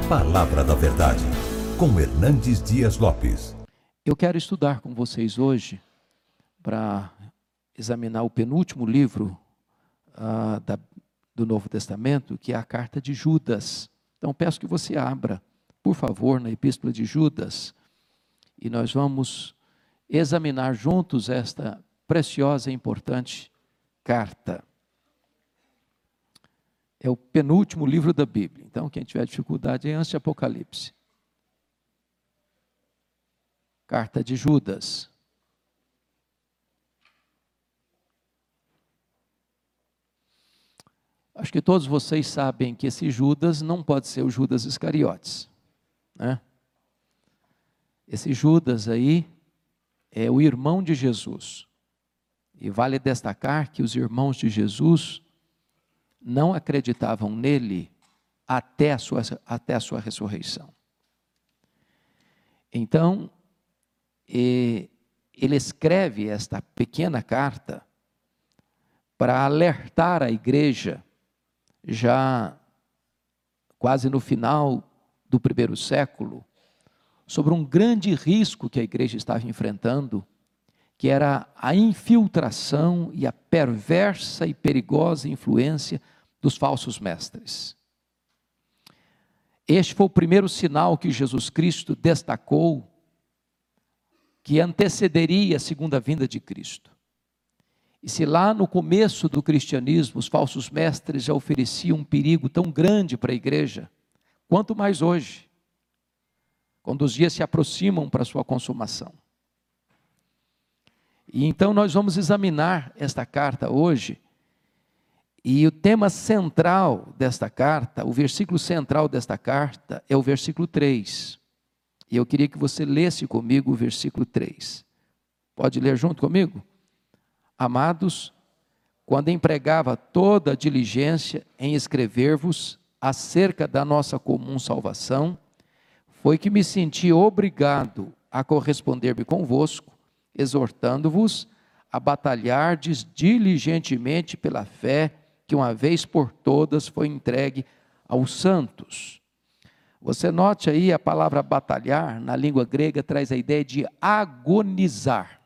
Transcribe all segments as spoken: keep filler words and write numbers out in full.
Palavra da Verdade, com Hernandes Dias Lopes. Eu quero estudar com vocês hoje, para examinar o penúltimo livro uh, da, do Novo Testamento, que é a carta de Judas. Então peço que você abra, por favor, na Epístola de Judas, e nós vamos examinar juntos esta preciosa e importante carta. É o penúltimo livro da Bíblia. Então, quem tiver dificuldade é antes de Apocalipse. Carta de Judas. Acho que todos vocês sabem que esse Judas não pode ser o Judas Iscariotes, né? Esse Judas aí é o irmão de Jesus. E vale destacar que os irmãos de Jesus não acreditavam nele até a sua, até a sua ressurreição. Então, ele escreve esta pequena carta para alertar a igreja, já quase no final do primeiro século, sobre um grande risco que a igreja estava enfrentando, que era a infiltração e a perversa e perigosa influência dos falsos mestres. Este foi o primeiro sinal que Jesus Cristo destacou, que antecederia a segunda vinda de Cristo. E se lá no começo do cristianismo os falsos mestres já ofereciam um perigo tão grande para a igreja, quanto mais hoje, quando os dias se aproximam para a sua consumação. E então nós vamos examinar esta carta hoje, e o tema central desta carta, o versículo central desta carta é o versículo três. E eu queria que você lesse comigo o versículo três. Pode ler junto comigo? Amados, quando empregava toda a diligência em escrever-vos acerca da nossa comum salvação, foi que me senti obrigado a corresponder-me convosco, exortando-vos a batalhardes diligentemente pela fé que uma vez por todas foi entregue aos santos. Você note aí a palavra batalhar, na língua grega, traz a ideia de agonizar.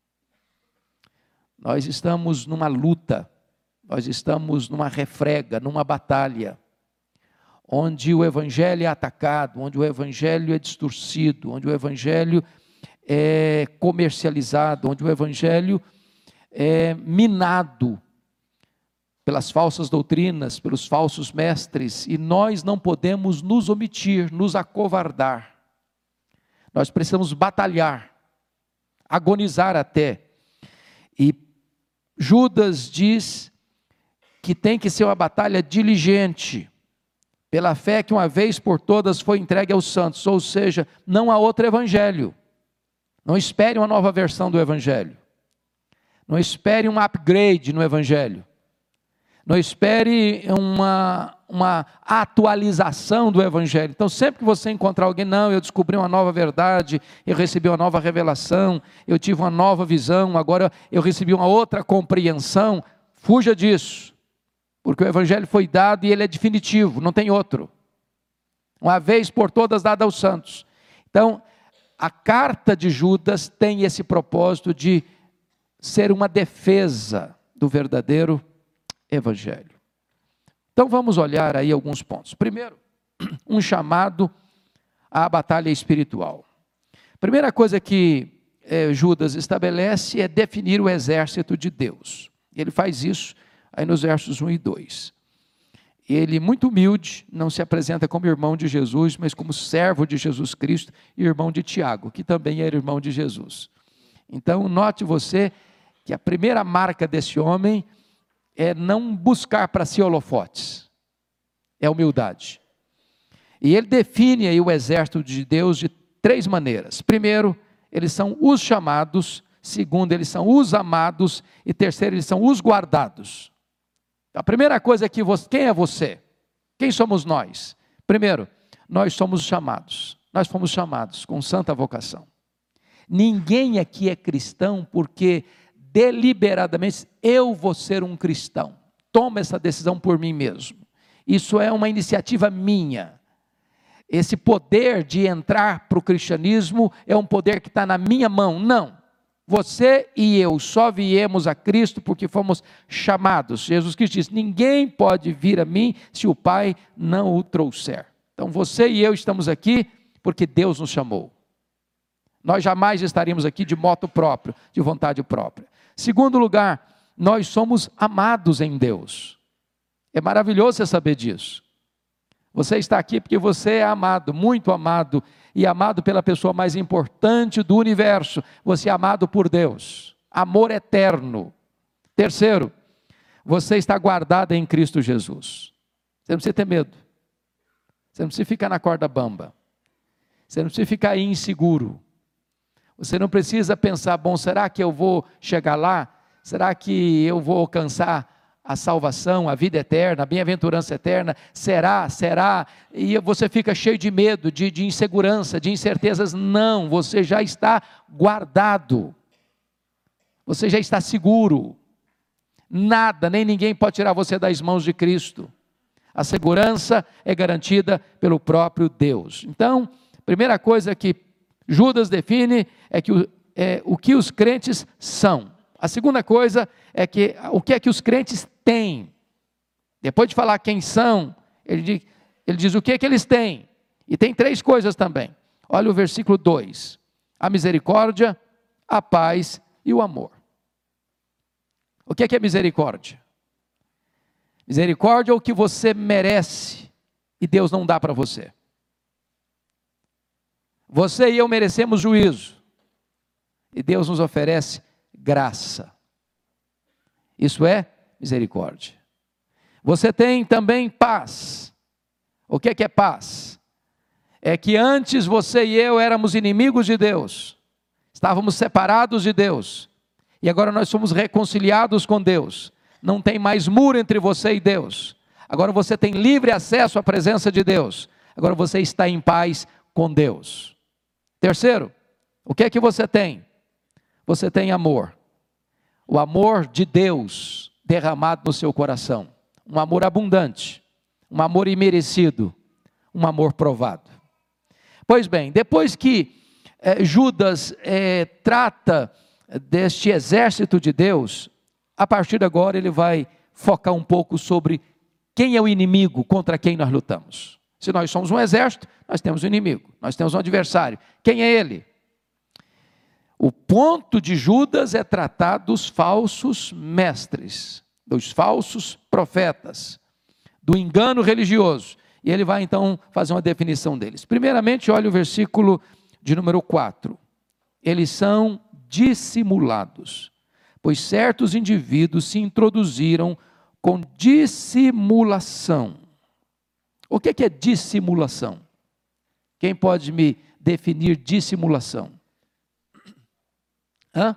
Nós estamos numa luta, nós estamos numa refrega, numa batalha, onde o evangelho é atacado, onde o evangelho é distorcido, onde o evangelho é comercializado, onde o evangelho é minado pelas falsas doutrinas, pelos falsos mestres, e nós não podemos nos omitir, nos acovardar. Nós precisamos batalhar, agonizar até. E Judas diz que tem que ser uma batalha diligente, pela fé que uma vez por todas foi entregue aos santos, ou seja, não há outro evangelho. Não espere uma nova versão do evangelho. Não espere um upgrade no evangelho. Não espere uma, uma atualização do evangelho. Então, sempre que você encontrar alguém, não, eu descobri uma nova verdade, eu recebi uma nova revelação, eu tive uma nova visão, agora eu recebi uma outra compreensão, fuja disso, porque o evangelho foi dado e ele é definitivo, não tem outro. Uma vez por todas dada aos santos. Então, a carta de Judas tem esse propósito de ser uma defesa do verdadeiro evangelho. Então vamos olhar aí alguns pontos. Primeiro, um chamado à batalha espiritual. Primeira coisa que eh, Judas estabelece é definir o exército de Deus. Ele faz isso aí nos versos um e dois. Ele, muito humilde, não se apresenta como irmão de Jesus, mas como servo de Jesus Cristo e irmão de Tiago, que também era irmão de Jesus. Então, note você que a primeira marca desse homem é não buscar para si holofotes, é humildade. E ele define aí o exército de Deus de três maneiras. Primeiro, eles são os chamados. Segundo, eles são os amados. E terceiro, eles são os guardados. A primeira coisa é que você, quem é você? Quem somos nós? Primeiro, nós somos chamados. Nós fomos chamados com santa vocação. Ninguém aqui é cristão porque deliberadamente, eu vou ser um cristão, toma essa decisão por mim mesmo, isso é uma iniciativa minha, esse poder de entrar para o cristianismo é um poder que está na minha mão. Não. Você e eu só viemos a Cristo porque fomos chamados. Jesus Cristo disse: ninguém pode vir a mim se o Pai não o trouxer. Então você e eu estamos aqui porque Deus nos chamou. Nós jamais estaríamos aqui de moto próprio, de vontade própria. Segundo lugar, nós somos amados em Deus. É maravilhoso você saber disso. Você está aqui porque você é amado, muito amado, e amado pela pessoa mais importante do universo. Você é amado por Deus. Amor eterno. Terceiro, você está guardado em Cristo Jesus. Você não precisa ter medo. Você não precisa ficar na corda bamba. Você não precisa ficar inseguro. Você não precisa pensar: bom, será que eu vou chegar lá? Será que eu vou alcançar a salvação, a vida eterna, a bem-aventurança eterna? Será? Será? E você fica cheio de medo, de, de insegurança, de incertezas. Não, você já está guardado. Você já está seguro. Nada, nem ninguém pode tirar você das mãos de Cristo. A segurança é garantida pelo próprio Deus. Então, primeira coisa que Judas define é, que o, é o que os crentes são. A segunda coisa é que o que é que os crentes têm. Depois de falar quem são, ele diz, ele diz o que é que eles têm. E tem três coisas também. Olha o versículo dois. A misericórdia, a paz e o amor. O que é que é misericórdia? Misericórdia é o que você merece e Deus não dá para você. Você e eu merecemos juízo e Deus nos oferece graça. Isso é misericórdia. Você tem também paz. O que é que é paz? É que antes você e eu éramos inimigos de Deus, estávamos separados de Deus, e agora nós somos reconciliados com Deus. Não tem mais muro entre você e Deus. Agora você tem livre acesso à presença de Deus. Agora você está em paz com Deus. Terceiro, o que é que você tem? Você tem amor. O amor de Deus derramado no seu coração. Um amor abundante, um amor imerecido, um amor provado. Pois bem, depois que eh, Judas eh, trata deste exército de Deus, a partir de agora ele vai focar um pouco sobre quem é o inimigo contra quem nós lutamos. Se nós somos um exército, nós temos um inimigo, nós temos um adversário. Quem é ele? O ponto de Judas é tratar dos falsos mestres, dos falsos profetas, do engano religioso. E ele vai então fazer uma definição deles. Primeiramente, olha o versículo de número quatro. Eles são dissimulados, pois certos indivíduos se introduziram com dissimulação. O que é dissimulação? Quem pode me definir dissimulação? Hã?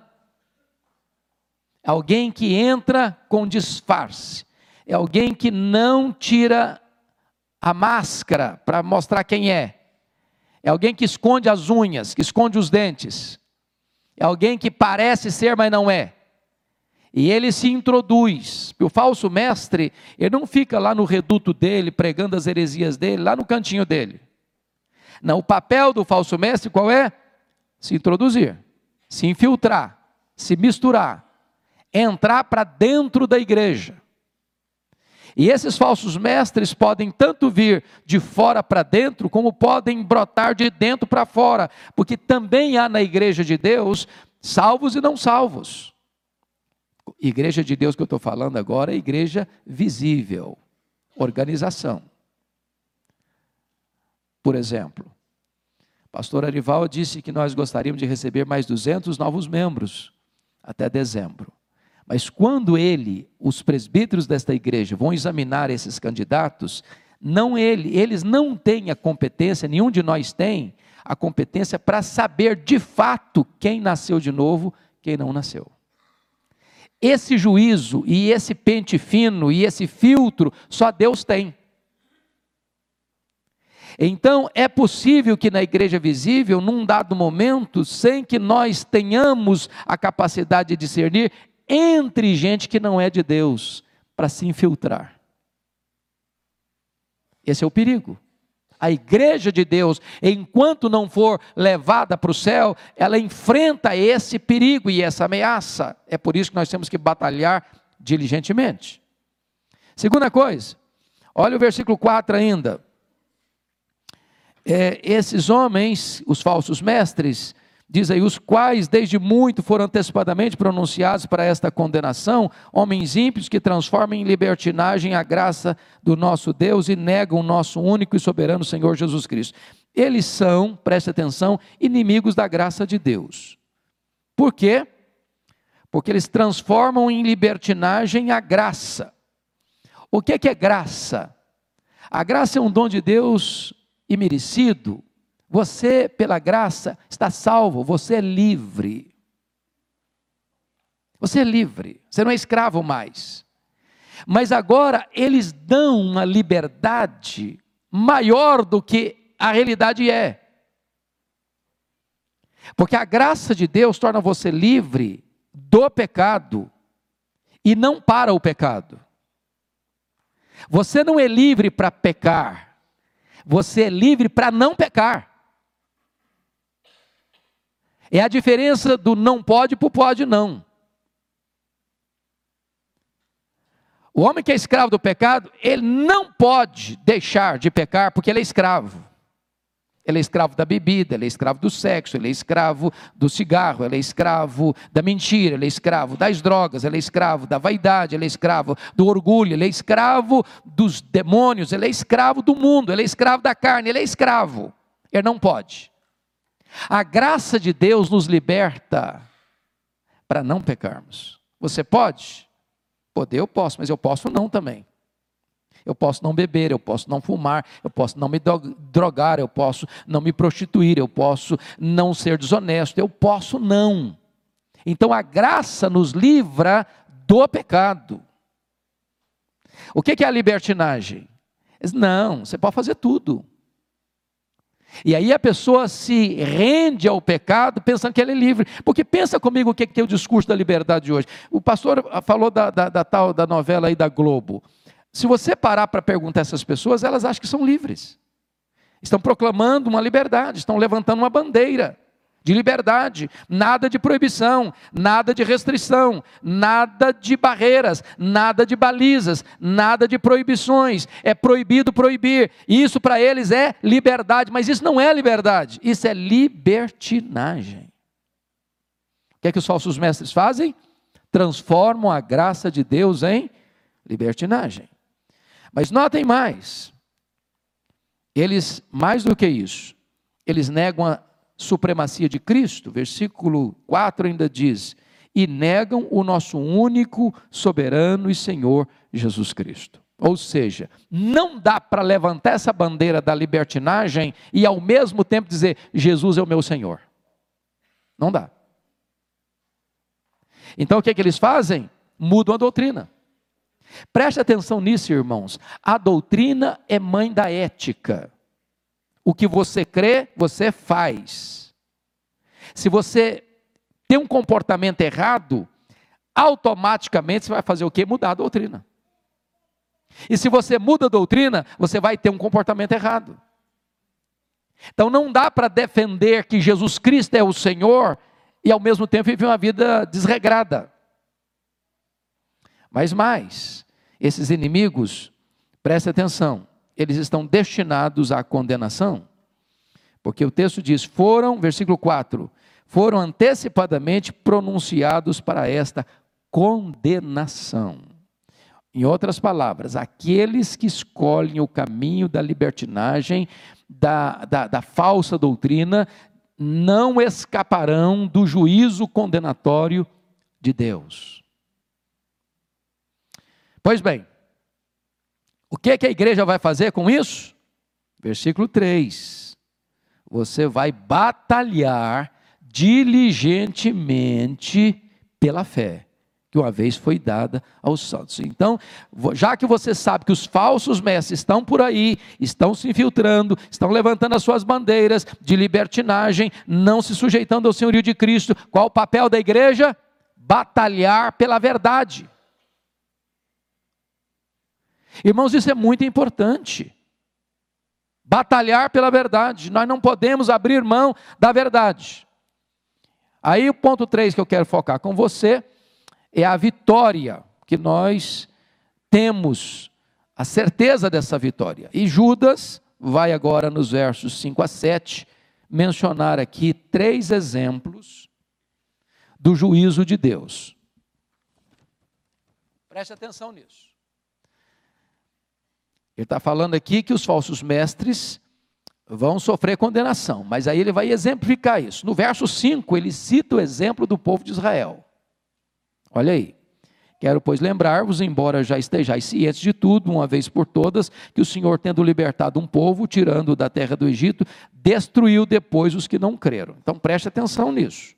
Alguém que entra com disfarce. É alguém que não tira a máscara para mostrar quem é. É alguém que esconde as unhas, que esconde os dentes. É alguém que parece ser, mas não é. E ele se introduz. O falso mestre, ele não fica lá no reduto dele, pregando as heresias dele, lá no cantinho dele. Não, o papel do falso mestre qual é? Se introduzir, se infiltrar, se misturar, entrar para dentro da igreja. E esses falsos mestres podem tanto vir de fora para dentro, como podem brotar de dentro para fora, porque também há na igreja de Deus salvos e não salvos. Igreja de Deus que eu estou falando agora é igreja visível, organização. Por exemplo, o pastor Arival disse que nós gostaríamos de receber mais duzentos novos membros até dezembro. Mas quando ele, os presbíteros desta igreja vão examinar esses candidatos, não ele, eles não têm a competência, nenhum de nós tem a competência para saber de fato quem nasceu de novo, quem não nasceu. Esse juízo e esse pente fino e esse filtro só Deus tem. Então é possível que na igreja visível, num dado momento, sem que nós tenhamos a capacidade de discernir, entre gente que não é de Deus, para se infiltrar. Esse é o perigo. a igreja de Deus, enquanto não for levada para o céu, ela enfrenta esse perigo e essa ameaça. É por isso que nós temos que batalhar diligentemente. Segunda coisa, olha o versículo quatro ainda. É, esses homens, os falsos mestres, diz aí, os quais desde muito foram antecipadamente pronunciados para esta condenação, homens ímpios que transformam em libertinagem a graça do nosso Deus e negam o nosso único e soberano Senhor Jesus Cristo. Eles são, preste atenção, inimigos da graça de Deus. Por quê? Porque eles transformam em libertinagem a graça. O que é graça? A graça é um dom de Deus imerecido. Você, pela graça, está salvo, você é livre. Você é livre, você não é escravo mais. Mas agora eles dão uma liberdade maior do que a realidade é. Porque a graça de Deus torna você livre do pecado e não para o pecado. Você não é livre para pecar, você é livre para não pecar. É a diferença do não pode para o pode não. O homem que é escravo do pecado, ele não pode deixar de pecar porque ele é escravo. Ele é escravo da bebida, ele é escravo do sexo, ele é escravo do cigarro, ele é escravo da mentira, ele é escravo das drogas, ele é escravo da vaidade, ele é escravo do orgulho, ele é escravo dos demônios, ele é escravo do mundo, ele é escravo da carne, ele é escravo. Ele não pode. A graça de Deus nos liberta para não pecarmos. Você pode? Poder eu posso, mas eu posso não também. Eu posso não beber, eu posso não fumar, eu posso não me drogar, eu posso não me prostituir, eu posso não ser desonesto, eu posso não. Então a graça nos livra do pecado. O que é a libertinagem? Não, você pode fazer tudo. E aí a pessoa se rende ao pecado pensando que ele é livre. Porque pensa comigo o que é o discurso da liberdade de hoje. O pastor falou da, da, da tal da novela aí da Globo. Se você parar para perguntar a essas pessoas, elas acham que são livres. Estão proclamando uma liberdade, estão levantando uma bandeira de liberdade, nada de proibição, nada de restrição, nada de barreiras, nada de balizas, nada de proibições. É proibido proibir. Isso para eles é liberdade, mas isso não é liberdade, isso é libertinagem. O que é que os falsos mestres fazem? Transformam a graça de Deus em libertinagem. Mas notem mais, eles, mais do que isso, eles negam a supremacia de Cristo. Versículo quatro ainda diz, e negam o nosso único, soberano e Senhor Jesus Cristo. Ou seja, não dá para levantar essa bandeira da libertinagem e ao mesmo tempo dizer, Jesus é o meu Senhor. Não dá. Então o que é que eles fazem? Mudam a doutrina. Preste atenção nisso, irmãos. A doutrina é mãe da ética. O que você crê, você faz. Se você tem um comportamento errado, automaticamente você vai fazer o quê? Mudar a doutrina. E se você muda a doutrina, você vai ter um comportamento errado. Então não dá para defender que Jesus Cristo é o Senhor e ao mesmo tempo viver uma vida desregrada. Mas mais, esses inimigos, preste atenção, eles estão destinados à condenação, porque o texto diz, foram, versículo quatro, foram antecipadamente pronunciados para esta condenação. Em outras palavras, aqueles que escolhem o caminho da libertinagem, da, da, da falsa doutrina, não escaparão do juízo condenatório de Deus. Pois bem, o que, que a igreja vai fazer com isso? Versículo três, você vai batalhar diligentemente pela fé, que uma vez foi dada aos santos. Então, já que você sabe que os falsos mestres estão por aí, estão se infiltrando, estão levantando as suas bandeiras de libertinagem, não se sujeitando ao senhorio de Cristo, qual o papel da igreja? Batalhar pela verdade. Irmãos, isso é muito importante. batalhar pela verdade, nós não podemos abrir mão da verdade. Aí o ponto três que eu quero focar com você é a vitória que nós temos, a certeza dessa vitória. E Judas vai agora nos versos cinco a sete mencionar aqui três exemplos do juízo de Deus. Preste atenção nisso. Ele está falando aqui que os falsos mestres vão sofrer condenação, mas aí ele vai exemplificar isso. No verso cinco, ele cita o exemplo do povo de Israel. Olha aí. Quero, pois, lembrar-vos, embora já estejais cientes de tudo, uma vez por todas, que o Senhor, tendo libertado um povo, tirando da terra do Egito, destruiu depois os que não creram. Então, preste atenção nisso.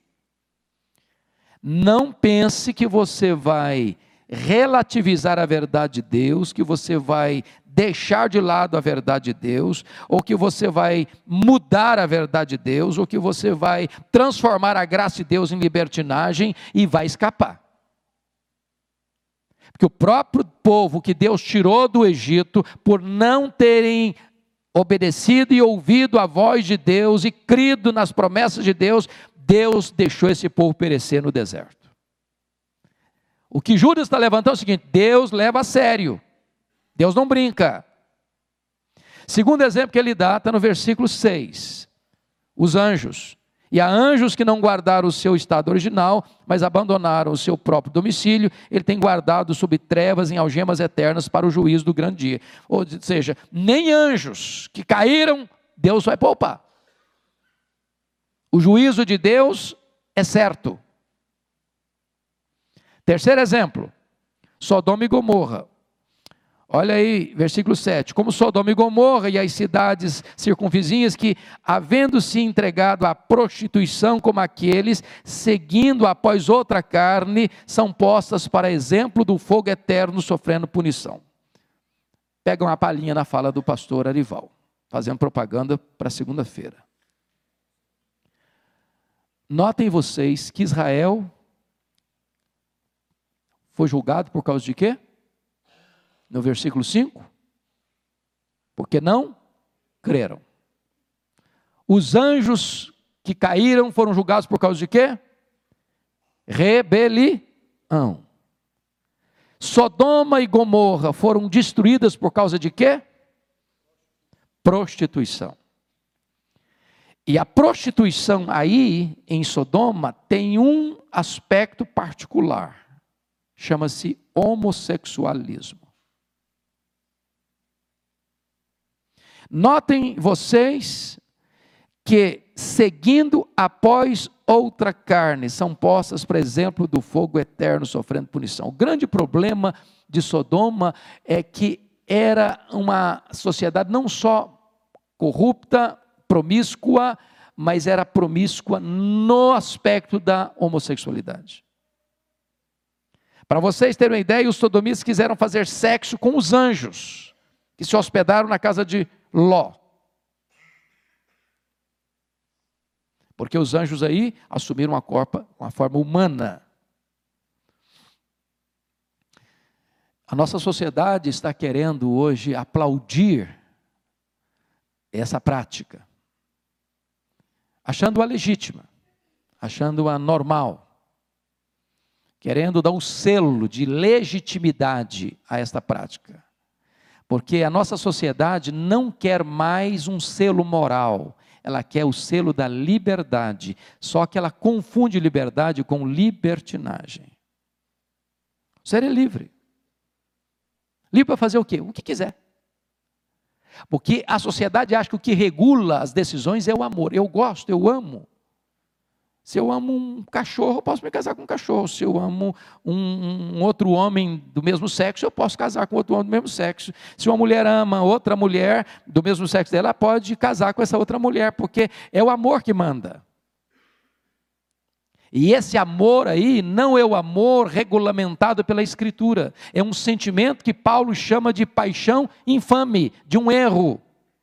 Não pense que você vai relativizar a verdade de Deus, que você vai deixar de lado a verdade de Deus, ou que você vai mudar a verdade de Deus, ou que você vai transformar a graça de Deus em libertinagem e vai escapar. Porque o próprio povo que Deus tirou do Egito, por não terem obedecido e ouvido a voz de Deus e crido nas promessas de Deus, Deus deixou esse povo perecer no deserto. O que Judas está levantando é o seguinte: Deus leva a sério, Deus não brinca. Segundo exemplo que ele dá está no versículo seis, os anjos. E há anjos que não guardaram o seu estado original, mas abandonaram o seu próprio domicílio. Ele tem guardado sob trevas em algemas eternas para o juízo do grande dia. Ou seja, nem anjos que caíram, Deus vai poupar. O juízo de Deus é certo. Terceiro exemplo, Sodoma e Gomorra. Olha aí, versículo sete, como Sodoma e Gomorra e as cidades circunvizinhas que, havendo se entregado à prostituição como aqueles, seguindo após outra carne, são postas para exemplo do fogo eterno sofrendo punição. Pega uma palhinha na fala do pastor Arival, fazendo propaganda para segunda-feira. Notem vocês que Israel foi julgado por causa de quê? No versículo cinco, porque não creram. Os anjos que caíram foram julgados por causa de quê? Rebelião. Sodoma e Gomorra foram destruídas por causa de quê? Prostituição. E a prostituição aí, em Sodoma, tem um aspecto particular, chama-se homossexualismo. Notem vocês que, seguindo após outra carne, são postas, por exemplo, do fogo eterno sofrendo punição. O grande problema de Sodoma é que era uma sociedade não só corrupta, promíscua, mas era promíscua no aspecto da homossexualidade. Para vocês terem uma ideia, os sodomitas quiseram fazer sexo com os anjos, que se hospedaram na casa de Ló. Porque os anjos aí assumiram uma, corpa, uma forma humana. A nossa sociedade está querendo hoje aplaudir essa prática, achando-a legítima, achando-a normal, querendo dar um selo de legitimidade a esta prática. Porque a nossa sociedade não quer mais um selo moral, ela quer o selo da liberdade, só que ela confunde liberdade com libertinagem. Você é livre. Livre para fazer o quê? O que quiser. Porque a sociedade acha que o que regula as decisões é o amor. Eu gosto, eu amo. Se eu amo um cachorro, eu posso me casar com um cachorro. Se eu amo um, um outro homem do mesmo sexo, eu posso casar com outro homem do mesmo sexo. Se uma mulher ama outra mulher do mesmo sexo dela, ela pode casar com essa outra mulher, porque é o amor que manda. E esse amor aí não é o amor regulamentado pela Escritura. É um sentimento que Paulo chama de paixão infame, de um erro.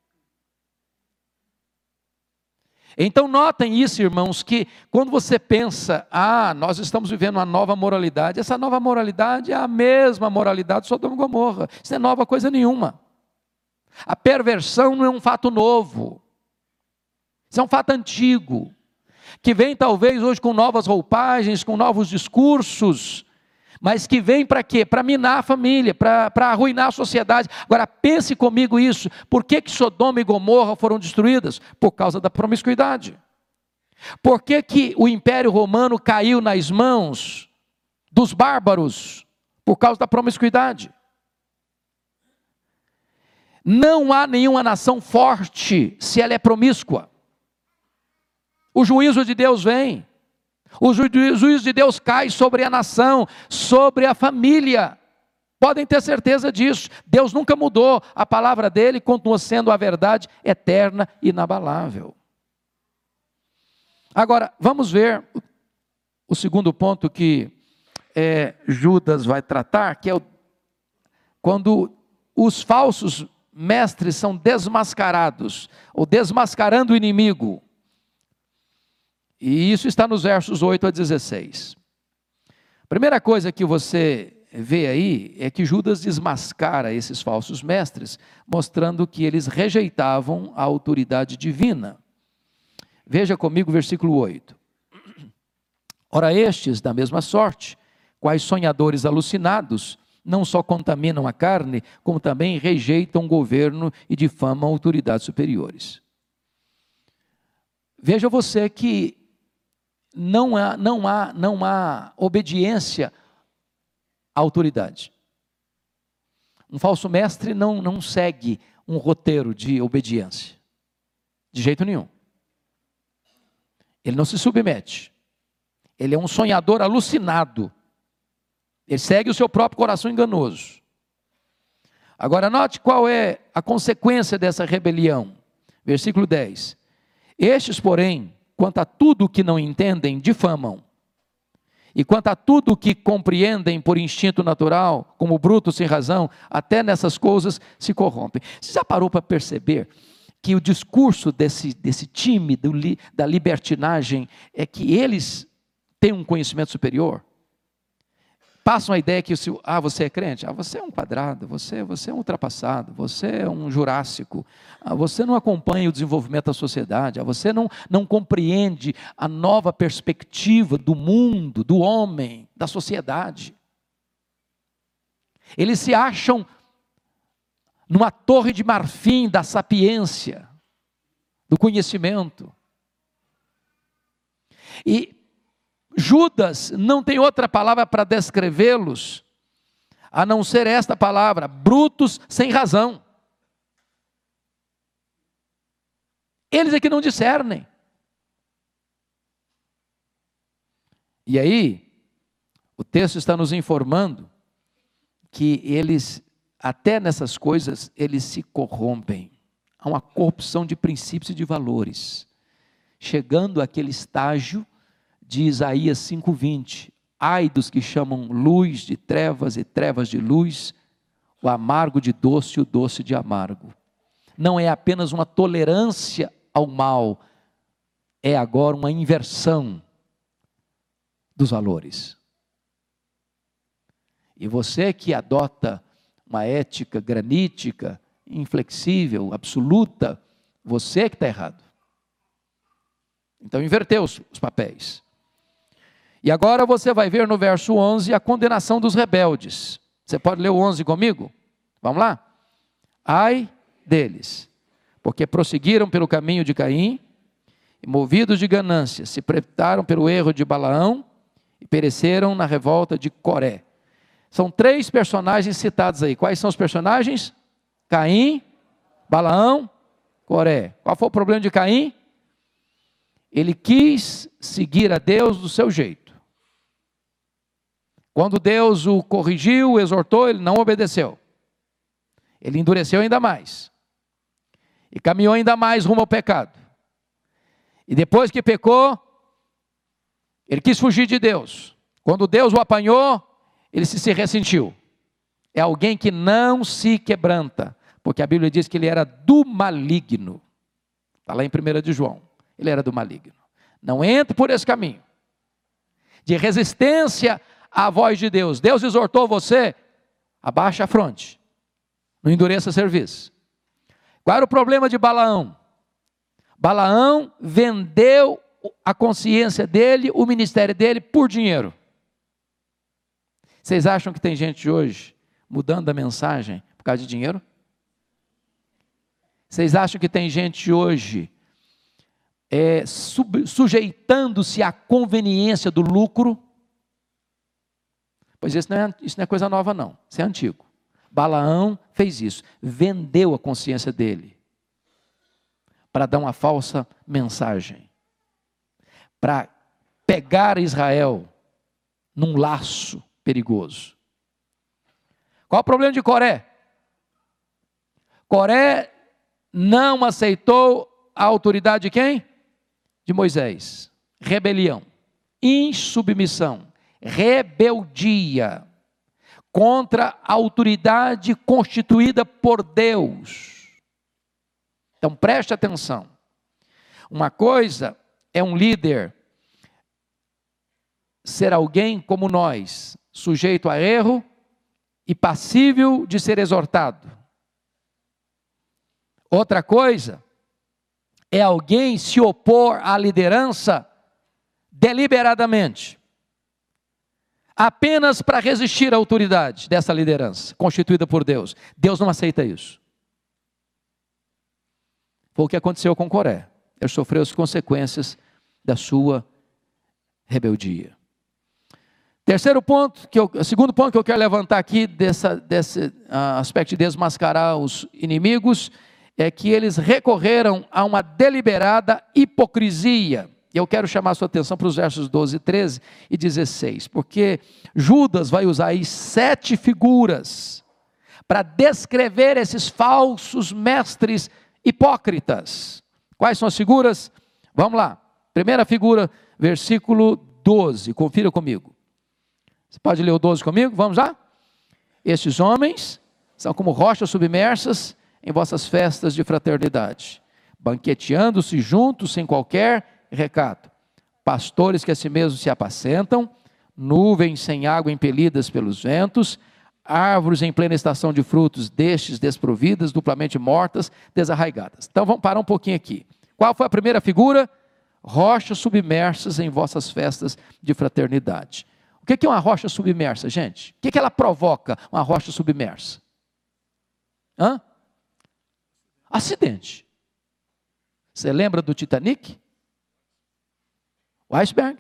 Então notem isso, irmãos, que quando você pensa, ah, nós estamos vivendo uma nova moralidade, essa nova moralidade é a mesma moralidade de Sodoma e Gomorra, isso não é nova coisa nenhuma. A perversão não é um fato novo. Isso é um fato antigo, que vem talvez hoje com novas roupagens, com novos discursos, mas que vem para quê? Para minar a família, para, para arruinar a sociedade. Agora pense comigo isso, por que que Sodoma e Gomorra foram destruídas? Por causa da promiscuidade. Por que que o Império Romano caiu nas mãos dos bárbaros? Por causa da promiscuidade. Não há nenhuma nação forte se ela é promíscua. O juízo de Deus vem. O ju- juízo de Deus cai sobre a nação, sobre a família. Podem ter certeza disso. Deus nunca mudou. A palavra dele continua sendo a verdade eterna e inabalável. Agora, vamos ver o segundo ponto que é, Judas vai tratar, que é o, quando os falsos mestres são desmascarados, ou desmascarando o inimigo. E isso está nos versos oito a dezesseis. A primeira coisa que você vê aí é que Judas desmascara esses falsos mestres, mostrando que eles rejeitavam a autoridade divina. Veja comigo o versículo oito. Ora, estes, da mesma sorte, quais sonhadores alucinados, não só contaminam a carne, como também rejeitam o governo e difamam autoridades superiores. Veja você que não há, não há, não há obediência à autoridade. Um falso mestre não, não segue um roteiro de obediência, de jeito nenhum. Ele não se submete. Ele é um sonhador alucinado. Ele segue o seu próprio coração enganoso. Agora note qual é a consequência dessa rebelião. Versículo dez. Estes, porém, quanto a tudo que não entendem, difamam. E quanto a tudo que compreendem por instinto natural, como brutos sem razão, até nessas coisas se corrompem. Você já parou para perceber que o discurso desse, desse time do, da libertinagem é que eles têm um conhecimento superior? Passam a ideia que se, ah, você é crente, ah, você é um quadrado, você, você é um ultrapassado, você é um jurássico, ah, você não acompanha o desenvolvimento da sociedade, ah, você não, não compreende a nova perspectiva do mundo, do homem, da sociedade. Eles se acham numa torre de marfim da sapiência, do conhecimento. E Judas não tem outra palavra para descrevê-los, a não ser esta palavra, brutos sem razão. Eles é que não discernem. E aí, o texto está nos informando que eles, até nessas coisas, eles se corrompem. Há uma corrupção de princípios e de valores, chegando àquele estágio de Isaías cinco, vinte, ai dos que chamam luz de trevas e trevas de luz, o amargo de doce e o doce de amargo. Não é apenas uma tolerância ao mal, é agora uma inversão dos valores. E você que adota uma ética granítica, inflexível, absoluta, você que está errado. Então inverteu os, os papéis. E agora você vai ver no verso onze a condenação dos rebeldes. Você pode ler o onze comigo? Vamos lá? Ai deles, porque prosseguiram pelo caminho de Caim, e movidos de ganância, se prepararam pelo erro de Balaão, e pereceram na revolta de Coré. São três personagens citados aí. Quais são os personagens? Caim, Balaão, Coré. Qual foi o problema de Caim? Ele quis seguir a Deus do seu jeito. Quando Deus o corrigiu, o exortou, ele não obedeceu. Ele endureceu ainda mais. E caminhou ainda mais rumo ao pecado. E depois que pecou, ele quis fugir de Deus. Quando Deus o apanhou, ele se, se ressentiu. É alguém que não se quebranta, porque a Bíblia diz que ele era do maligno. Está lá em primeira de João. Ele era do maligno. Não entre por esse caminho de resistência à voz de Deus. Deus exortou você, abaixa a fronte, não endureça serviço. Qual era o problema de Balaão? Balaão vendeu a consciência dele, o ministério dele, por dinheiro. Vocês acham que tem gente hoje mudando a mensagem por causa de dinheiro? Vocês acham que tem gente hoje é, sujeitando-se à conveniência do lucro? Pois isso não, é, isso não é coisa nova não, isso é antigo. Balaão fez isso, vendeu a consciência dele para dar uma falsa mensagem, para pegar Israel num laço perigoso. Qual o problema de Coré? Coré não aceitou a autoridade de quem? De Moisés. Rebelião, insubmissão, rebeldia contra a autoridade constituída por Deus. Então preste atenção. Uma coisa é um líder ser alguém como nós, sujeito a erro e passível de ser exortado. Outra coisa é alguém se opor à liderança deliberadamente, apenas para resistir à autoridade dessa liderança, constituída por Deus. Deus não aceita isso. Foi o que aconteceu com Coré. Ele sofreu as consequências da sua rebeldia. Terceiro ponto, que eu, segundo ponto que eu quero levantar aqui, dessa, desse uh, aspecto de desmascarar os inimigos, é que eles recorreram a uma deliberada hipocrisia. E eu quero chamar a sua atenção para os versos doze, treze e dezesseis, porque Judas vai usar aí sete figuras para descrever esses falsos mestres hipócritas. Quais são as figuras? Vamos lá. Primeira figura, versículo doze, confira comigo. Você pode ler o doze comigo? Vamos lá? Estes homens são como rochas submersas em vossas festas de fraternidade, banqueteando-se juntos sem qualquer recado, pastores que a si mesmos se apacentam, nuvens sem água impelidas pelos ventos, árvores em plena estação de frutos, destes desprovidas, duplamente mortas, desarraigadas. Então vamos parar um pouquinho aqui. Qual foi a primeira figura? Rochas submersas em vossas festas de fraternidade. O que é uma rocha submersa, gente? O que ela provoca, uma rocha submersa? Hã? Acidente. Você lembra do Titanic? O iceberg.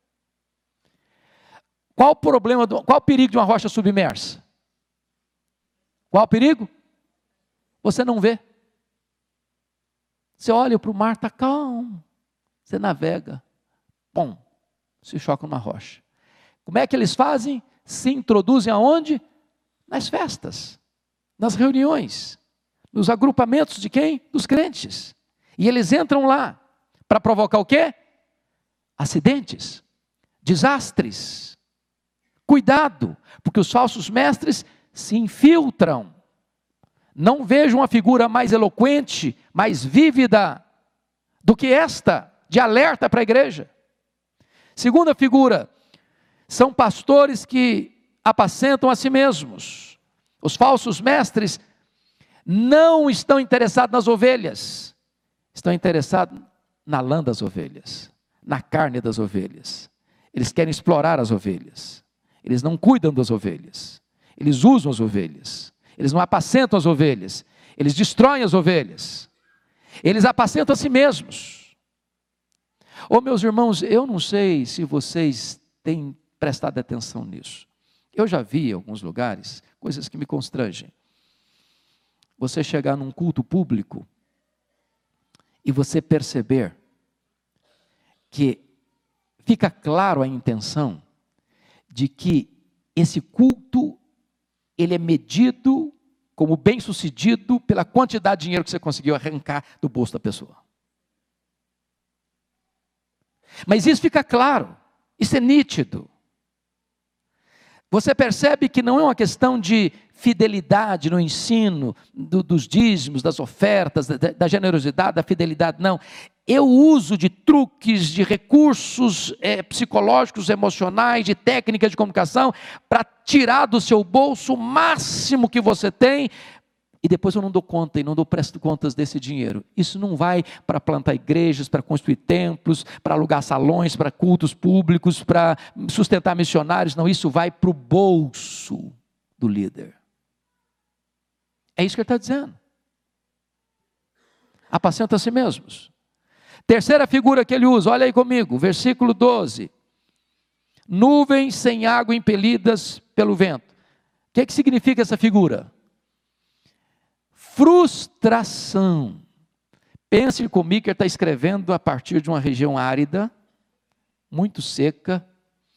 Qual o problema, do, qual o perigo de uma rocha submersa? Qual o perigo? Você não vê. Você olha para o mar, está calmo. Você navega. Pum, se choca numa rocha. Como é que eles fazem? Se introduzem aonde? Nas festas, nas reuniões, nos agrupamentos de quem? Dos crentes. E eles entram lá para provocar o quê? Acidentes, desastres. Cuidado, porque os falsos mestres se infiltram. Não vejo uma figura mais eloquente, mais vívida do que esta, de alerta para a igreja. Segunda figura, são pastores que apacentam a si mesmos. Os falsos mestres não estão interessados nas ovelhas, estão interessados na lã das ovelhas, na carne das ovelhas. Eles querem explorar as ovelhas, eles não cuidam das ovelhas, eles usam as ovelhas, eles não apacentam as ovelhas, eles destroem as ovelhas, eles apacentam a si mesmos. Ô meus irmãos, eu não sei se vocês têm prestado atenção nisso. Eu já vi em alguns lugares coisas que me constrangem. Você chegar num culto público e você perceber que fica claro a intenção de que esse culto ele é medido como bem-sucedido pela quantidade de dinheiro que você conseguiu arrancar do bolso da pessoa. Mas isso fica claro, isso é nítido. Você percebe que não é uma questão de fidelidade no ensino, do, dos dízimos, das ofertas, da, da generosidade, da fidelidade, não. Eu uso de truques, de recursos é, psicológicos, emocionais, de técnicas de comunicação, para tirar do seu bolso o máximo que você tem e depois eu não dou conta e não dou presto contas desse dinheiro. Isso não vai para plantar igrejas, para construir templos, para alugar salões, para cultos públicos, para sustentar missionários. Não, isso vai para o bolso do líder. É isso que ele está dizendo. Apacenta a si mesmos. Terceira figura que ele usa, olha aí comigo, versículo doze. Nuvens sem água impelidas pelo vento. O que, que significa essa figura? Frustração. Pense comigo que ele está escrevendo a partir de uma região árida, muito seca,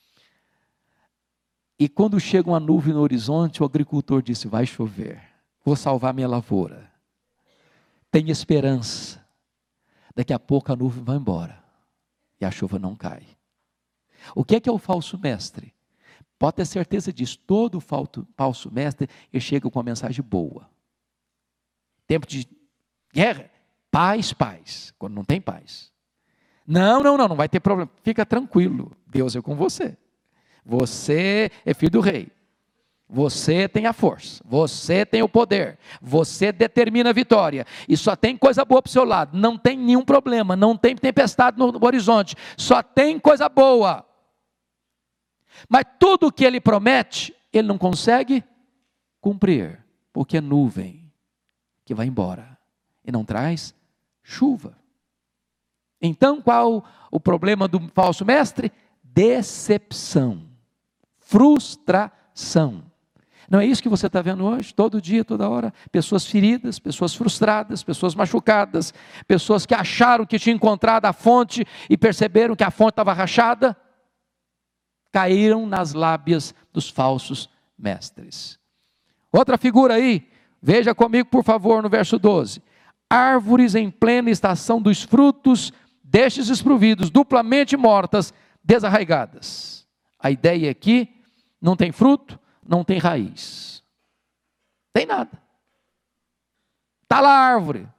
e quando chega uma nuvem no horizonte, o agricultor disse, vai chover, vou salvar minha lavoura. Tem esperança. Daqui a pouco a nuvem vai embora, e a chuva não cai. O que é que é o falso mestre? Pode ter certeza disso, todo falso mestre, ele chega com uma mensagem boa. Tempo de guerra, paz, paz, quando não tem paz. Não, não, não, não vai ter problema, fica tranquilo, Deus é com você. Você é filho do rei, você tem a força, você tem o poder, você determina a vitória, e só tem coisa boa para o seu lado, não tem nenhum problema, não tem tempestade no horizonte, só tem coisa boa. Mas tudo o que ele promete, ele não consegue cumprir, porque é nuvem que vai embora e não traz chuva. Então, qual o problema do falso mestre? Decepção, frustração. Não é isso que você está vendo hoje? Todo dia, toda hora, pessoas feridas, pessoas frustradas, pessoas machucadas, pessoas que acharam que tinham encontrado a fonte e perceberam que a fonte estava rachada, caíram nas lábias dos falsos mestres. Outra figura aí, veja comigo por favor no verso doze. Árvores em plena estação dos frutos, destes desprovidos, duplamente mortas, desarraigadas. A ideia aqui, não tem fruto, não tem raiz. Tem nada. Está lá a árvore.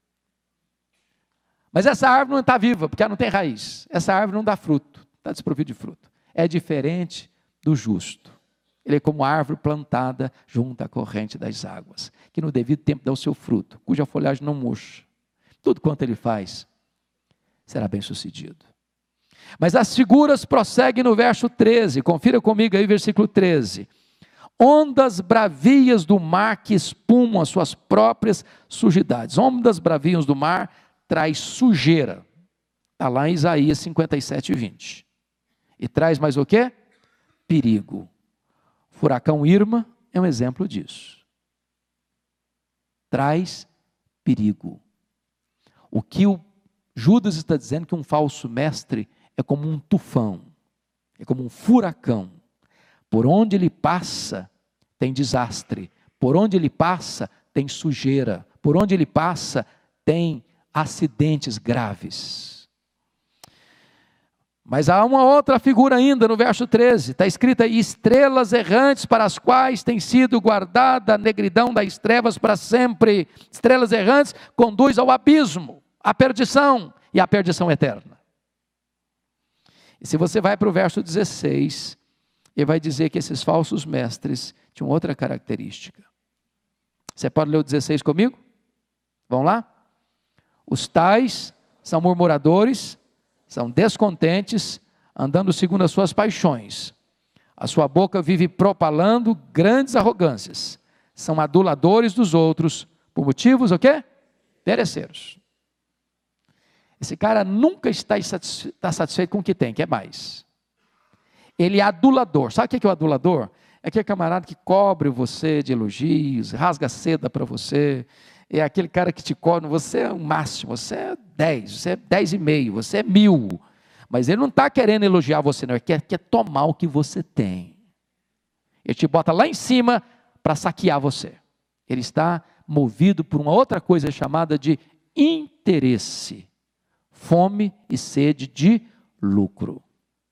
Mas essa árvore não está viva, porque ela não tem raiz. Essa árvore não dá fruto, está desprovida de fruto. É diferente do justo. Ele é como árvore plantada junto à corrente das águas, que no devido tempo dá o seu fruto, cuja folhagem não murcha. Tudo quanto ele faz, será bem sucedido. Mas as figuras prosseguem no verso treze, confira comigo aí versículo treze. Ondas bravias do mar que espumam as suas próprias sujidades. Ondas bravias do mar traz sujeira. Está lá em Isaías cinquenta e sete, vinte. E traz mais o quê? Perigo. Furacão Irma é um exemplo disso. Traz perigo. O que o Judas está dizendo que um falso mestre é como um tufão, é como um furacão. Por onde ele passa, tem desastre. Por onde ele passa, tem sujeira. Por onde ele passa, tem acidentes graves. Mas há uma outra figura ainda no verso treze, está escrito aí, estrelas errantes para as quais tem sido guardada a negridão das trevas para sempre. Estrelas errantes conduz ao abismo, à perdição e à perdição eterna. E se você vai para o verso dezesseis, ele vai dizer que esses falsos mestres tinham outra característica. Você pode ler o dezesseis comigo? Vamos lá? Os tais são murmuradores, são descontentes, andando segundo as suas paixões. A sua boca vive propalando grandes arrogâncias. São aduladores dos outros, por motivos o quê? Interesseiros. Esse cara nunca está satisfeito com o que tem, quer mais. Ele é adulador. Sabe o que é o adulador? É aquele camarada que cobre você de elogios, rasga seda para você. É aquele cara que te cobre, você é o máximo, você é dez, você é dez e meio, você é mil. Mas ele não está querendo elogiar você, não, ele quer, quer tomar o que você tem. Ele te bota lá em cima para saquear você. Ele está movido por uma outra coisa chamada de interesse. Fome e sede de lucro.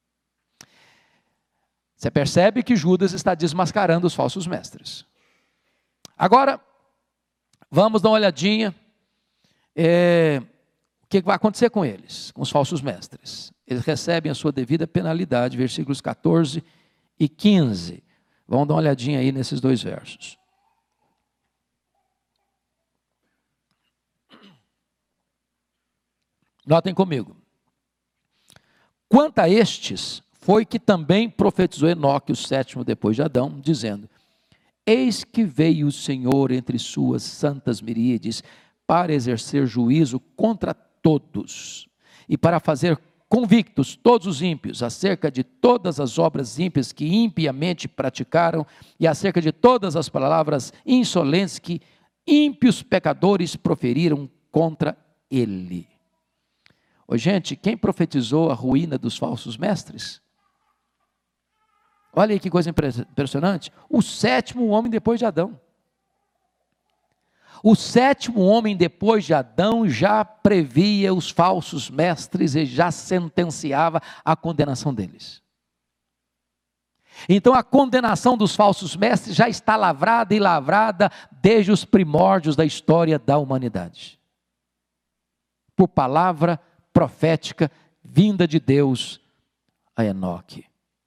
Você percebe que Judas está desmascarando os falsos mestres. Agora, vamos dar uma olhadinha, é, o que vai acontecer com eles, com os falsos mestres. Eles recebem a sua devida penalidade, versículos catorze e quinze. Vamos dar uma olhadinha aí nesses dois versos. Notem comigo. Quanto a estes, foi que também profetizou Enoque, o sétimo depois de Adão, dizendo: eis que veio o Senhor entre suas santas miríades, para exercer juízo contra todos, e para fazer convictos todos os ímpios, acerca de todas as obras ímpias que impiamente praticaram, e acerca de todas as palavras insolentes que ímpios pecadores proferiram contra ele. Ô, gente, quem profetizou a ruína dos falsos mestres? Olha aí que coisa impressionante. O sétimo homem depois de Adão. O sétimo homem depois de Adão já previa os falsos mestres e já sentenciava a condenação deles. Então a condenação dos falsos mestres já está lavrada e lavrada desde os primórdios da história da humanidade. Por palavra profética vinda de Deus a Enoque.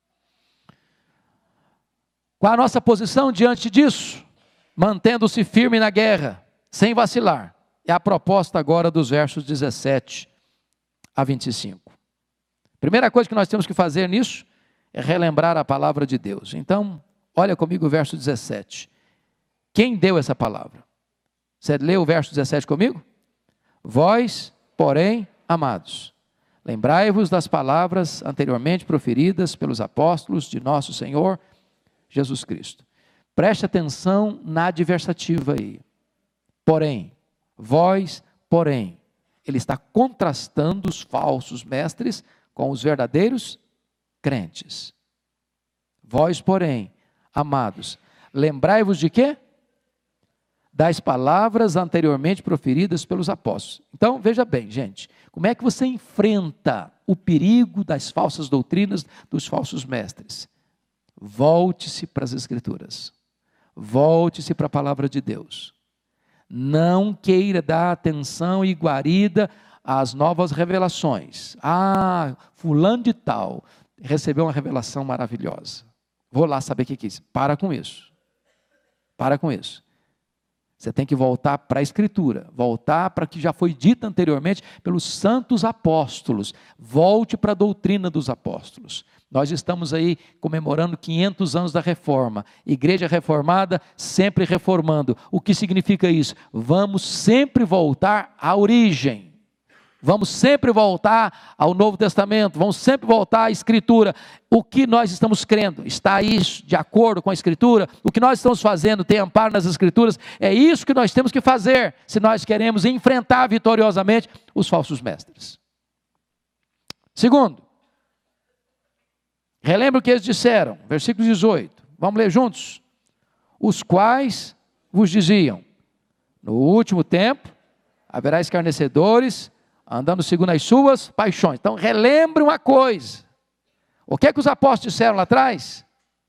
Qual a nossa posição diante disso? Mantendo-se firme na guerra, sem vacilar. É a proposta agora dos versos dezessete a vinte e cinco. Primeira coisa que nós temos que fazer nisso é relembrar a palavra de Deus. Então, olha comigo o verso dezessete. Quem deu essa palavra? Você leu o verso dezessete comigo? Vós, porém, amados, lembrai-vos das palavras anteriormente proferidas pelos apóstolos de nosso Senhor Jesus Cristo. Preste atenção na adversativa aí. Porém, vós, porém, ele está contrastando os falsos mestres com os verdadeiros crentes. Vós, porém, amados, lembrai-vos de quê? Das palavras anteriormente proferidas pelos apóstolos. Então, veja bem, gente, como é que você enfrenta o perigo das falsas doutrinas dos falsos mestres? Volte-se para as Escrituras. Volte-se para a palavra de Deus. Não queira dar atenção e guarida às novas revelações. Ah, fulano de tal recebeu uma revelação maravilhosa. Vou lá saber o que é isso. Para com isso. Para com isso. Você tem que voltar para a Escritura, voltar para o que já foi dito anteriormente pelos santos apóstolos. Volte para a doutrina dos apóstolos. Nós estamos aí comemorando quinhentos anos da reforma. Igreja reformada, sempre reformando. O que significa isso? Vamos sempre voltar à origem. Vamos sempre voltar ao Novo Testamento. Vamos sempre voltar à Escritura. O que nós estamos crendo está isso de acordo com a Escritura? O que nós estamos fazendo tem amparo nas Escrituras? É isso que nós temos que fazer se nós queremos enfrentar vitoriosamente os falsos mestres. Segundo, relembra o que eles disseram, versículo dezoito, vamos ler juntos. Os quais vos diziam: no último tempo haverá escarnecedores, andando segundo as suas paixões. Então relembre uma coisa. O que é que os apóstolos disseram lá atrás?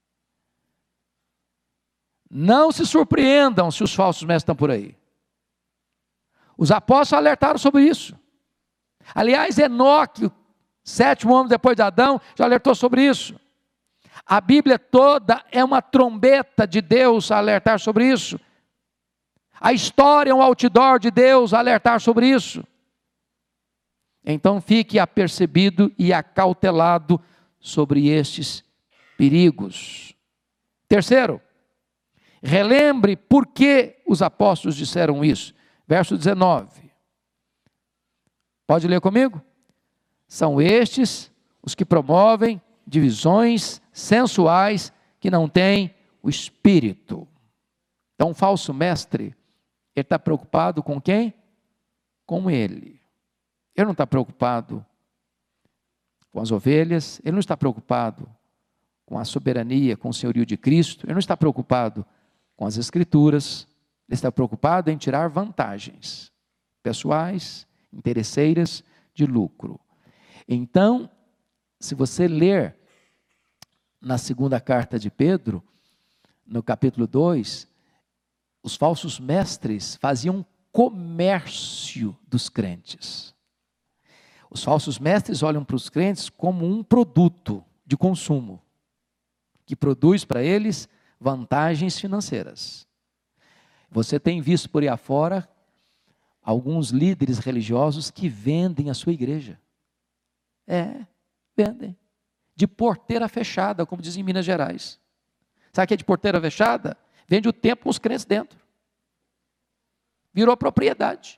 Não se surpreendam se os falsos mestres estão por aí. Os apóstolos alertaram sobre isso. Aliás, Enoque, sétimo homem depois de Adão, já alertou sobre isso. A Bíblia toda é uma trombeta de Deus a alertar sobre isso. A história é um outdoor de Deus a alertar sobre isso. Então fique apercebido e acautelado sobre estes perigos. Terceiro, relembre por que os apóstolos disseram isso. Verso dezenove. Pode ler comigo? São estes os que promovem divisões sensuais que não têm o Espírito. Então, um falso mestre, ele está preocupado com quem? Com ele. Ele não está preocupado com as ovelhas, ele não está preocupado com a soberania, com o senhorio de Cristo, ele não está preocupado com as Escrituras, ele está preocupado em tirar vantagens pessoais, interesseiras, de lucro. Então, se você ler na segunda carta de Pedro, no capítulo dois, os falsos mestres faziam comércio dos crentes. Os falsos mestres olham para os crentes como um produto de consumo, que produz para eles vantagens financeiras. Você tem visto por aí afora alguns líderes religiosos que vendem a sua igreja. É, vendem. De porteira fechada, como dizem em Minas Gerais. Sabe o que é de porteira fechada? Vende o templo com os crentes dentro. Virou propriedade.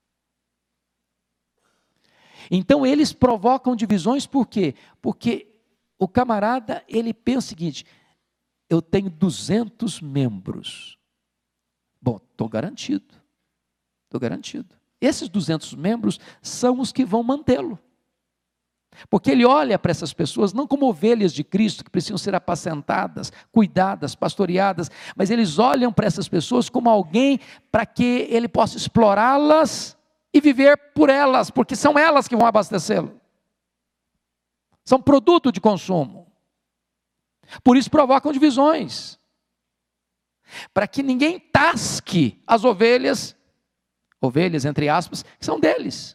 Então eles provocam divisões por quê? Porque o camarada, ele pensa o seguinte: eu tenho duzentos membros. Bom, estou garantido. Estou garantido. Esses duzentos membros são os que vão mantê-lo. Porque ele olha para essas pessoas não como ovelhas de Cristo que precisam ser apacentadas, cuidadas, pastoreadas, mas eles olham para essas pessoas como alguém para que ele possa explorá-las e viver por elas, porque são elas que vão abastecê-lo. São produto de consumo. Por isso provocam divisões. Para que ninguém tasque as ovelhas, ovelhas entre aspas, que são deles.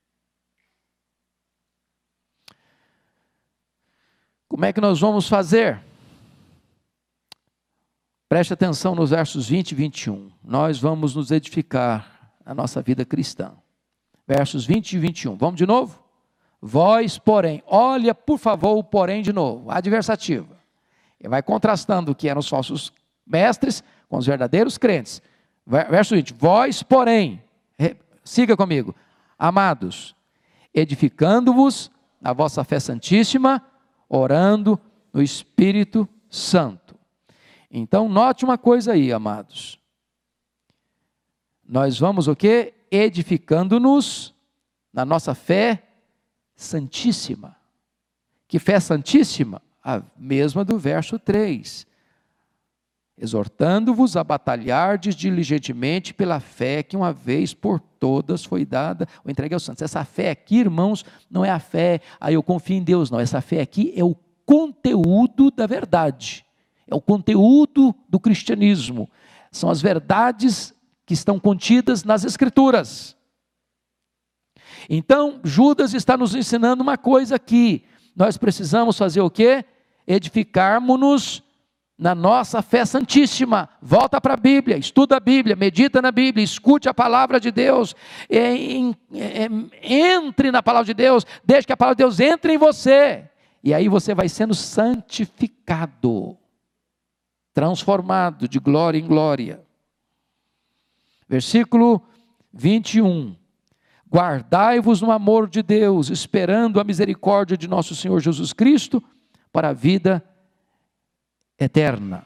Como é que nós vamos fazer? Preste atenção nos versos vinte e vinte e um. Nós vamos nos edificar a nossa vida cristã. Versos vinte e vinte e um. Vamos de novo? Vós, porém, olha por favor o porém de novo, adversativa. Ele vai contrastando o que eram os falsos mestres com os verdadeiros crentes. Verso vinte. Vós, porém, siga comigo. Amados, edificando-vos na vossa fé santíssima, orando no Espírito Santo. Então, note uma coisa aí, amados. Nós vamos o quê? Edificando-nos na nossa fé santíssima. Que fé santíssima? A mesma do verso três. Exortando-vos a batalhardes diligentemente pela fé que uma vez por todas foi dada ou entregue aos santos. Essa fé aqui, irmãos, não é a fé, aí eu confio em Deus, não. Essa fé aqui é o conteúdo da verdade. É o conteúdo do cristianismo. São as verdades que estão contidas nas Escrituras. Então, Judas está nos ensinando uma coisa aqui. Nós precisamos fazer o quê? Edificarmos-nos na nossa fé santíssima. Volta para a Bíblia, estuda a Bíblia, medita na Bíblia, escute a palavra de Deus, é, é, entre na palavra de Deus, deixe que a palavra de Deus entre em você, e aí você vai sendo santificado, transformado de glória em glória. Versículo vinte e um. Guardai-vos no amor de Deus, esperando a misericórdia de nosso Senhor Jesus Cristo, para a vida eterna.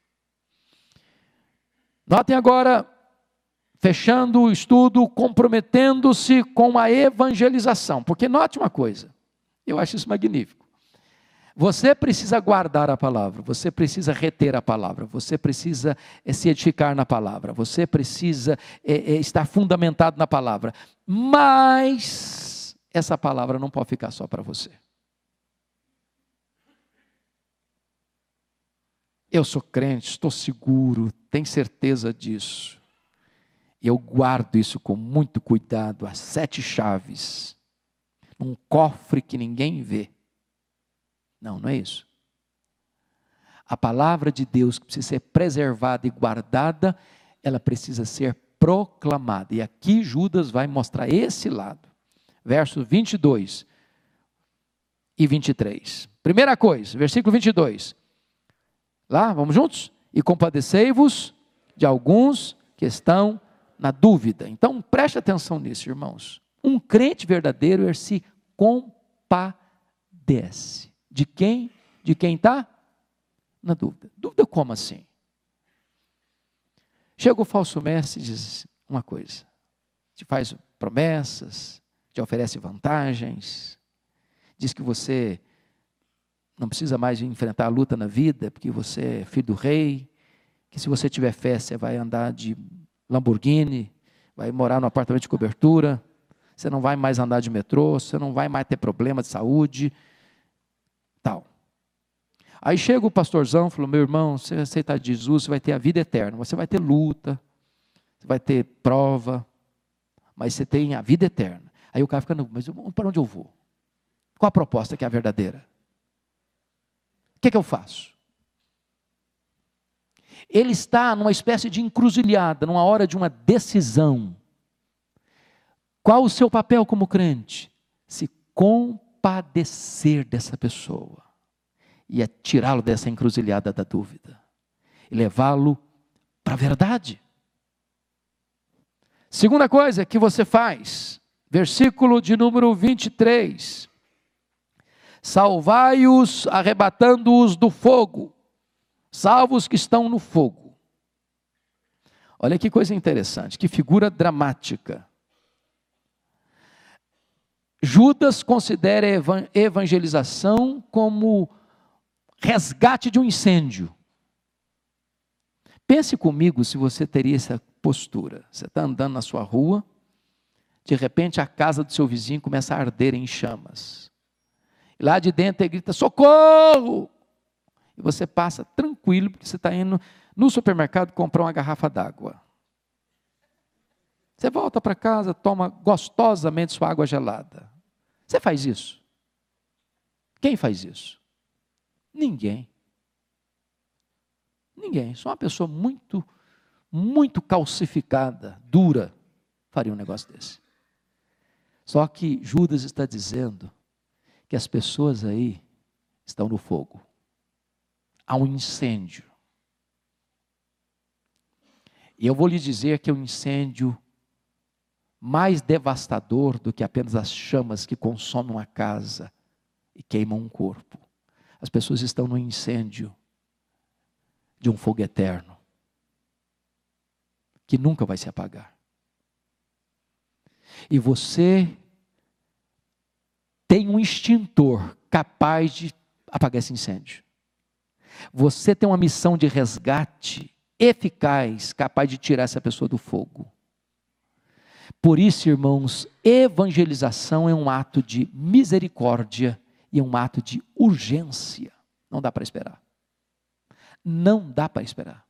Notem agora, fechando o estudo, comprometendo-se com a evangelização, porque note uma coisa, eu acho isso magnífico. Você precisa guardar a palavra, você precisa reter a palavra, você precisa é, se edificar na palavra, você precisa é, é, estar fundamentado na palavra, mas essa palavra não pode ficar só para você. Eu sou crente, estou seguro, tenho certeza disso. Eu guardo isso com muito cuidado, as sete chaves, num cofre que ninguém vê. Não, não é isso. A palavra de Deus que precisa ser preservada e guardada, ela precisa ser proclamada. E aqui Judas vai mostrar esse lado. Versos vinte e dois e vinte e três. Primeira coisa, versículo vinte e dois. Lá, vamos juntos? E compadecei-vos de alguns que estão na dúvida. Então, preste atenção nisso, irmãos. Um crente verdadeiro, ele se compadece. De quem? De quem está na dúvida. Dúvida como assim? Chega o falso mestre e diz uma coisa. Te faz promessas, te oferece vantagens, diz que você não precisa mais enfrentar a luta na vida, porque você é filho do rei, que se você tiver fé, você vai andar de Lamborghini, vai morar no apartamento de cobertura, você não vai mais andar de metrô, você não vai mais ter problema de saúde, tal. Aí chega o pastorzão e falou, meu irmão, se você aceitar Jesus, você vai ter a vida eterna, você vai ter luta, você vai ter prova, mas você tem a vida eterna. Aí o cara fica, não, mas eu, para onde eu vou? Qual a proposta que é a verdadeira? O que, que eu faço? Ele está numa espécie de encruzilhada, numa hora de uma decisão. Qual o seu papel como crente? Se compadecer dessa pessoa e é tirá-lo dessa encruzilhada da dúvida e levá-lo para a verdade. Segunda coisa que você faz, versículo de número vinte e três, salvai-os arrebatando-os do fogo, salva os que estão no fogo. Olha que coisa interessante, que figura dramática. Judas considera a evangelização como resgate de um incêndio. Pense comigo se você teria essa postura. Você está andando na sua rua, de repente a casa do seu vizinho começa a arder em chamas. E lá de dentro ele grita, socorro! E você passa tranquilo, porque você está indo no supermercado comprar uma garrafa d'água. Você volta para casa, toma gostosamente sua água gelada. Você faz isso? Quem faz isso? Ninguém. Ninguém. Só uma pessoa muito, muito calcificada, dura, faria um negócio desse. Só que Judas está dizendo que as pessoas aí estão no fogo. Há um incêndio. E eu vou lhe dizer que é um incêndio mais devastador do que apenas as chamas que consomem uma casa e queimam um corpo. As pessoas estão no incêndio de um fogo eterno, que nunca vai se apagar. E você tem um extintor capaz de apagar esse incêndio. Você tem uma missão de resgate eficaz, capaz de tirar essa pessoa do fogo. Por isso, irmãos, evangelização é um ato de misericórdia e é um ato de urgência. Não dá para esperar. Não dá para esperar.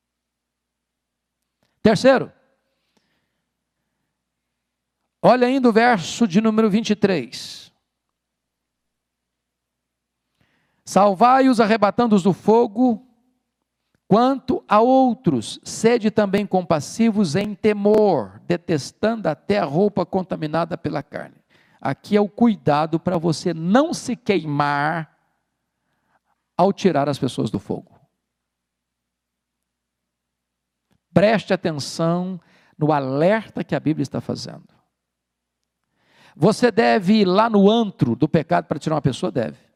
Terceiro, olha ainda o verso de número vinte e três. Salvai-os arrebatando-os do fogo, quanto a outros, sede também compassivos em temor, detestando até a roupa contaminada pela carne. Aqui é o cuidado para você não se queimar ao tirar as pessoas do fogo. Preste atenção no alerta que a Bíblia está fazendo. Você deve ir lá no antro do pecado para tirar uma pessoa? Deve.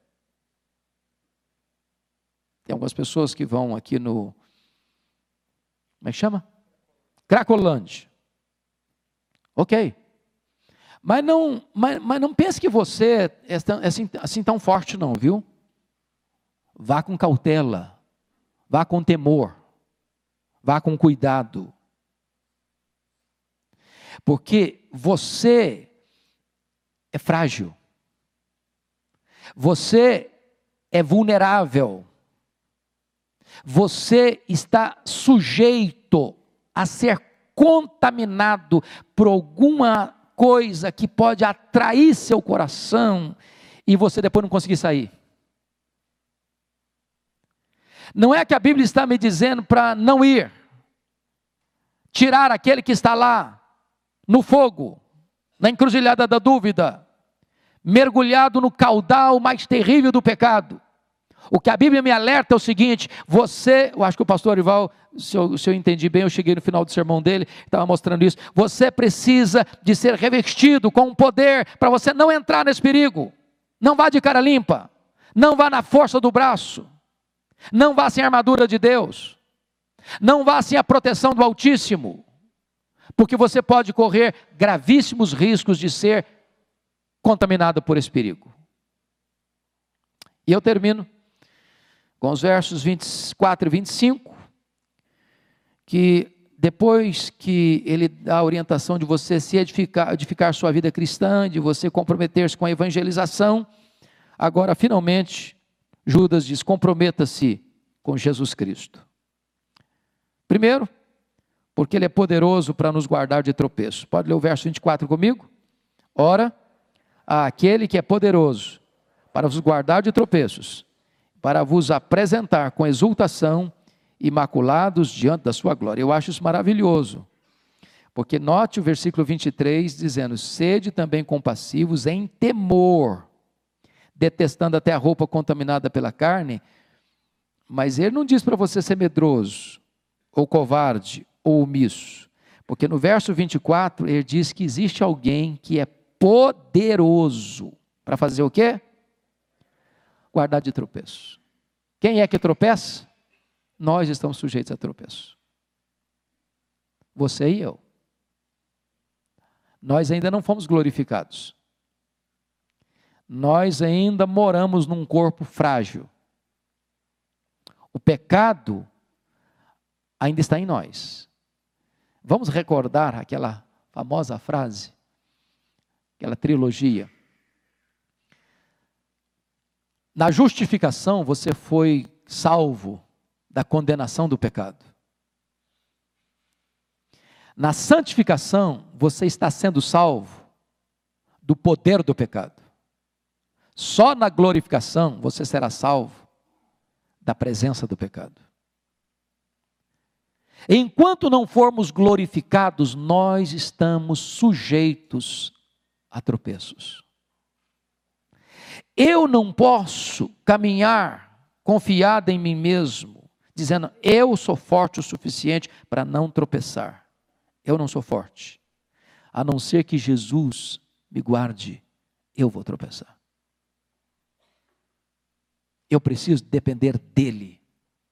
Tem algumas pessoas que vão aqui no, como é que chama? Cracolândia. Ok. Mas não, mas, mas não pense que você é assim, assim tão forte não, viu? Vá com cautela, vá com temor, vá com cuidado. Porque você é frágil. Você é vulnerável. Você está sujeito a ser contaminado por alguma coisa que pode atrair seu coração e você depois não conseguir sair. Não é que a Bíblia está me dizendo para não ir, tirar aquele que está lá, no fogo, na encruzilhada da dúvida, mergulhado no caudal mais terrível do pecado. O que a Bíblia me alerta é o seguinte, você, eu acho que o pastor Arival, se eu, se eu entendi bem, eu cheguei no final do sermão dele, estava mostrando isso, você precisa de ser revestido com um poder, para você não entrar nesse perigo. Não vá de cara limpa, não vá na força do braço, não vá sem a armadura de Deus, não vá sem a proteção do Altíssimo, porque você pode correr gravíssimos riscos de ser contaminado por esse perigo. E eu termino com os versos vinte e quatro e vinte e cinco, que depois que ele dá a orientação de você se edificar, edificar sua vida cristã, de você comprometer-se com a evangelização, agora finalmente Judas diz, comprometa-se com Jesus Cristo. Primeiro, porque Ele é poderoso para nos guardar de tropeço. Pode ler o verso vinte e quatro comigo? Ora, aquele que é poderoso para vos guardar de tropeços, para vos apresentar com exultação, imaculados diante da sua glória. Eu acho isso maravilhoso. Porque note o versículo vinte e três dizendo: sede também compassivos em temor, detestando até a roupa contaminada pela carne. Mas ele não diz para você ser medroso, ou covarde, ou omisso. Porque no verso vinte e quatro ele diz que existe alguém que é poderoso para fazer o quê? Guardar de tropeço. Quem é que tropeça? Nós estamos sujeitos a tropeço. Você e eu. Nós ainda não fomos glorificados. Nós ainda moramos num corpo frágil. O pecado ainda está em nós. Vamos recordar aquela famosa frase, aquela trilogia. Na justificação, você foi salvo da condenação do pecado. Na santificação, você está sendo salvo do poder do pecado. Só na glorificação, você será salvo da presença do pecado. Enquanto não formos glorificados, nós estamos sujeitos a tropeços. Eu não posso caminhar confiado em mim mesmo, dizendo, eu sou forte o suficiente para não tropeçar. Eu não sou forte. A não ser que Jesus me guarde, eu vou tropeçar. Eu preciso depender dele.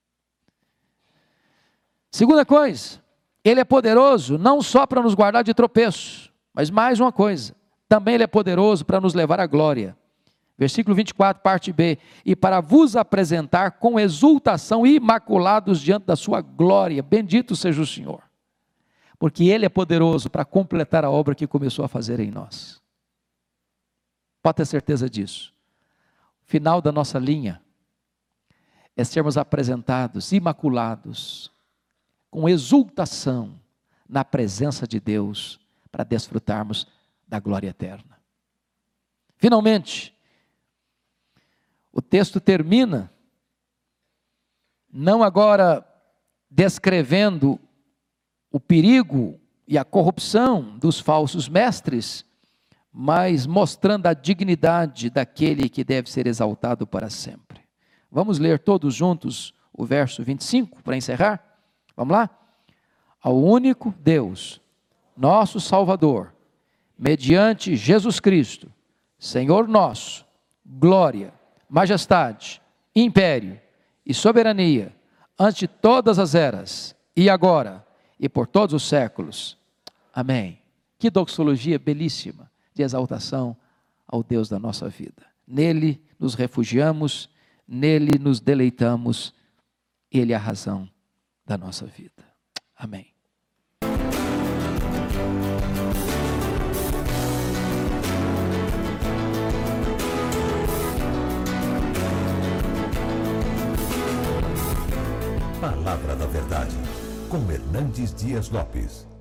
Segunda coisa, ele é poderoso não só para nos guardar de tropeço, mas mais uma coisa, também ele é poderoso para nos levar à glória. Versículo vinte e quatro, parte B, e para vos apresentar com exultação imaculados diante da sua glória, bendito seja o Senhor. Porque ele é poderoso para completar a obra que começou a fazer em nós. Pode ter certeza disso. O final da nossa linha é sermos apresentados, imaculados, com exultação na presença de Deus, para desfrutarmos da glória eterna. Finalmente, o texto termina, não agora descrevendo o perigo e a corrupção dos falsos mestres, mas mostrando a dignidade daquele que deve ser exaltado para sempre. Vamos ler todos juntos o verso vinte e cinco para encerrar? Vamos lá? Ao único Deus, nosso Salvador, mediante Jesus Cristo, Senhor nosso, glória, majestade, império e soberania, antes de todas as eras, e agora, e por todos os séculos. Amém. Que doxologia belíssima de exaltação ao Deus da nossa vida. Nele nos refugiamos, nele nos deleitamos, ele é a razão da nossa vida. Amém. Palavra da Verdade, com Hernandes Dias Lopes.